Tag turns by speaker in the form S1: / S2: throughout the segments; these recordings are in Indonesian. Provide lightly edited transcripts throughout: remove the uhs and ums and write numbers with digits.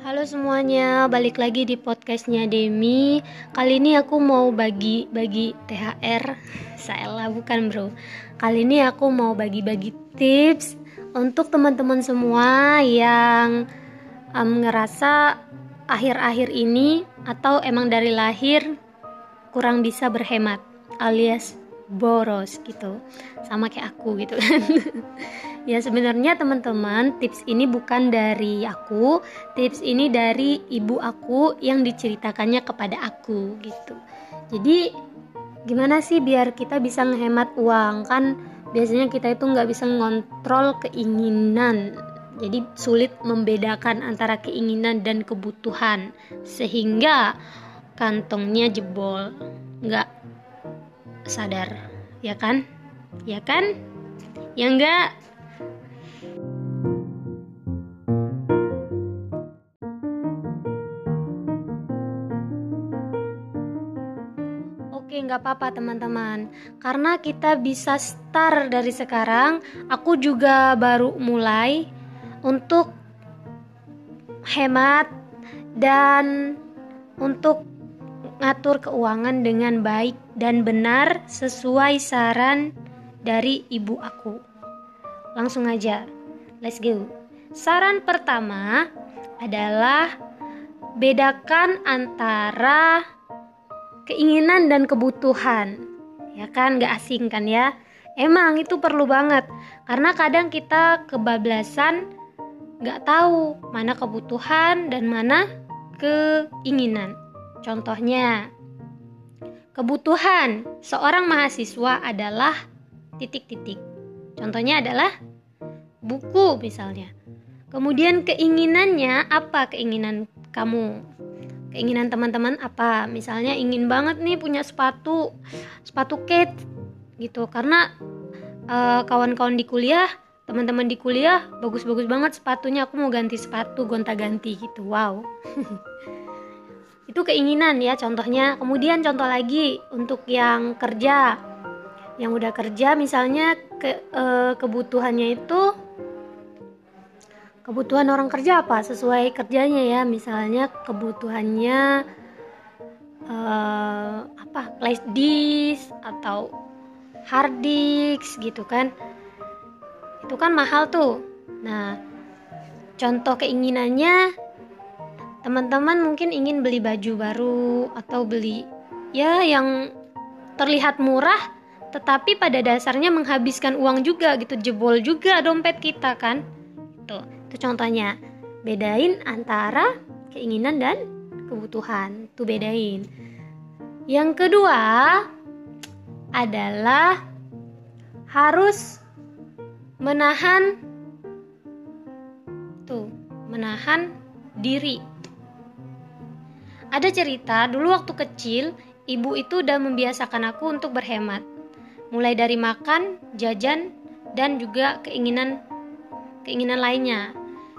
S1: Halo semuanya, balik lagi di podcastnya Demi. Kali ini aku mau bagi THR. Salah, bukan bro. Kali ini aku mau bagi tips untuk teman-teman semua yang ngerasa akhir-akhir ini atau emang dari lahir kurang bisa berhemat alias boros gitu, sama kayak aku gitu kan. Ya sebenarnya teman-teman, tips ini bukan dari aku, tips ini dari ibu aku yang diceritakannya kepada aku gitu. Jadi gimana sih biar kita bisa ngehemat uang? Kan biasanya kita itu nggak bisa ngontrol keinginan, jadi sulit membedakan antara keinginan dan kebutuhan, sehingga kantongnya jebol, nggak sadar, ya kan? Ya kan? Ya enggak? Oke, nggak apa-apa teman-teman, karena kita bisa start dari sekarang. Aku juga baru mulai untuk hemat dan untuk ngatur keuangan dengan baik dan benar sesuai saran dari ibu aku. Langsung aja, let's go. Saran pertama adalah bedakan antara keinginan dan kebutuhan. Ya kan, gak asing kan ya? Emang itu perlu banget, karena kadang kita kebablasan gak tahu mana kebutuhan dan mana keinginan. Contohnya, kebutuhan seorang mahasiswa adalah titik-titik. Contohnya adalah buku misalnya. Kemudian keinginannya apa? Keinginan kamu, keinginan teman-teman apa? Misalnya ingin banget nih punya sepatu Kate gitu, karena kawan-kawan di kuliah, teman-teman di kuliah bagus-bagus banget sepatunya, aku mau ganti sepatu, gonta-ganti gitu. Wow. Itu keinginan ya contohnya. Kemudian contoh lagi untuk yang kerja, yang udah kerja misalnya kebutuhannya itu, kebutuhan orang kerja apa sesuai kerjanya ya. Misalnya kebutuhannya flash disk atau hard disk gitu kan, itu kan mahal tuh. Nah, contoh keinginannya, teman-teman mungkin ingin beli baju baru atau beli ya yang terlihat murah tetapi pada dasarnya menghabiskan uang juga gitu, jebol juga dompet kita kan. Itu contohnya. Bedain antara keinginan dan kebutuhan. Tuh bedain. Yang kedua adalah harus menahan diri. Ada cerita, dulu waktu kecil, ibu itu udah membiasakan aku untuk berhemat. Mulai dari makan, jajan, dan juga keinginan lainnya.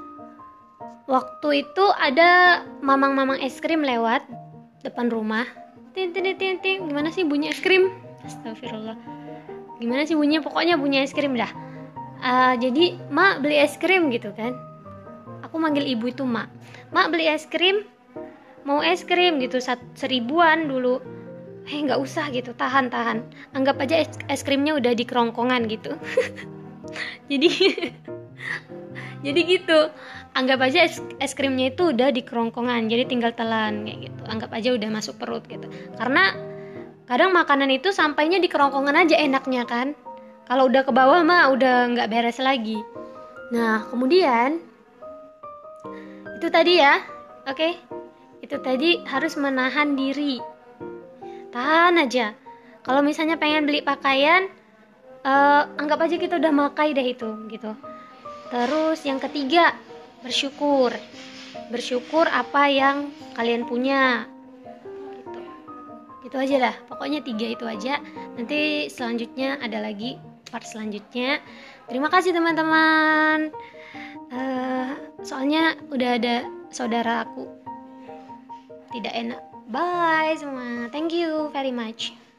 S1: Waktu itu ada mamang-mamang es krim lewat depan rumah. Ting, gimana sih bunyi es krim? Astagfirullah. Gimana sih bunyinya? Pokoknya bunyi es krim dah. Jadi, mak beli es krim gitu kan. Aku manggil ibu itu mak. Mak beli es krim. Mau es krim gitu, 1.000-an dulu. Nggak usah gitu, tahan. Anggap aja es krimnya udah di kerongkongan gitu. jadi gitu. Anggap aja es krimnya itu udah di kerongkongan, jadi tinggal telan kayak gitu. Anggap aja udah masuk perut gitu. Karena kadang makanan itu sampainya di kerongkongan aja enaknya kan. Kalau udah ke bawah mah udah nggak beres lagi. Nah, kemudian itu tadi ya. Oke. Itu tadi harus menahan diri. Tahan aja. Kalau misalnya pengen beli pakaian, anggap aja kita udah makai deh itu gitu. Terus yang ketiga, bersyukur apa yang kalian punya gitu. Gitu aja dah, pokoknya 3 itu aja. Nanti selanjutnya ada lagi part selanjutnya. Terima kasih teman-teman. Soalnya udah ada saudara aku tidak enak. Bye semua, thank you very much.